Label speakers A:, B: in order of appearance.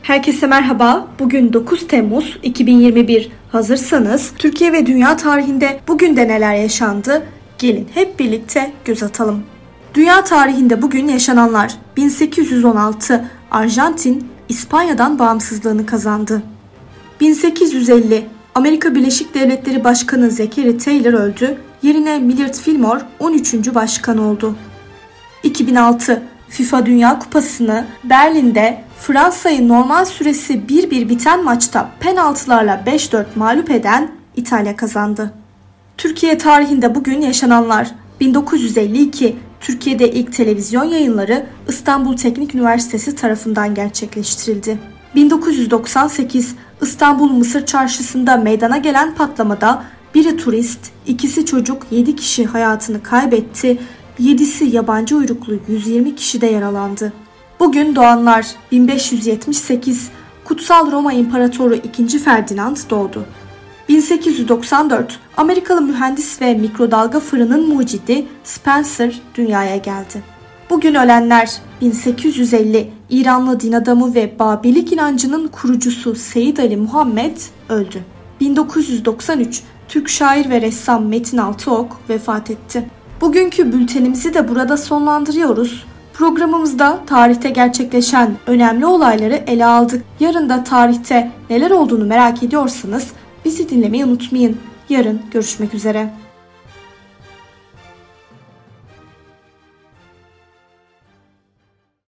A: Herkese merhaba. Bugün 9 Temmuz 2021. Hazırsanız Türkiye ve dünya tarihinde bugün de neler yaşandı? Gelin hep birlikte göz atalım. Dünya tarihinde bugün yaşananlar: 1816 Arjantin İspanya'dan bağımsızlığını kazandı. 1850 Amerika Birleşik Devletleri Başkanı Zachary Taylor öldü. Yerine Millard Fillmore 13. başkan oldu. 2006 FIFA Dünya Kupası'nı Berlin'de Fransa'yı normal süresi 1-1 biten maçta penaltılarla 5-4 mağlup eden İtalya kazandı. Türkiye tarihinde bugün yaşananlar: 1952 Türkiye'de ilk televizyon yayınları İstanbul Teknik Üniversitesi tarafından gerçekleştirildi. 1998 İstanbul Mısır Çarşısı'nda meydana gelen patlamada biri turist, ikisi çocuk, 7 kişi hayatını kaybetti, 7'si yabancı uyruklu 120 kişi de yaralandı. Bugün doğanlar: 1578 Kutsal Roma İmparatoru II. Ferdinand doğdu. 1894 Amerikalı mühendis ve mikrodalga fırının mucidi Spencer dünyaya geldi. Bugün ölenler: 1850 İranlı din adamı ve Babilik inancının kurucusu Seyyid Ali Muhammed öldü. 1993 Türk şair ve ressam Metin Altıok vefat etti. Bugünkü bültenimizi de burada sonlandırıyoruz. Programımızda tarihte gerçekleşen önemli olayları ele aldık. Yarın da tarihte neler olduğunu merak ediyorsanız bizi dinlemeyi unutmayın. Yarın görüşmek üzere.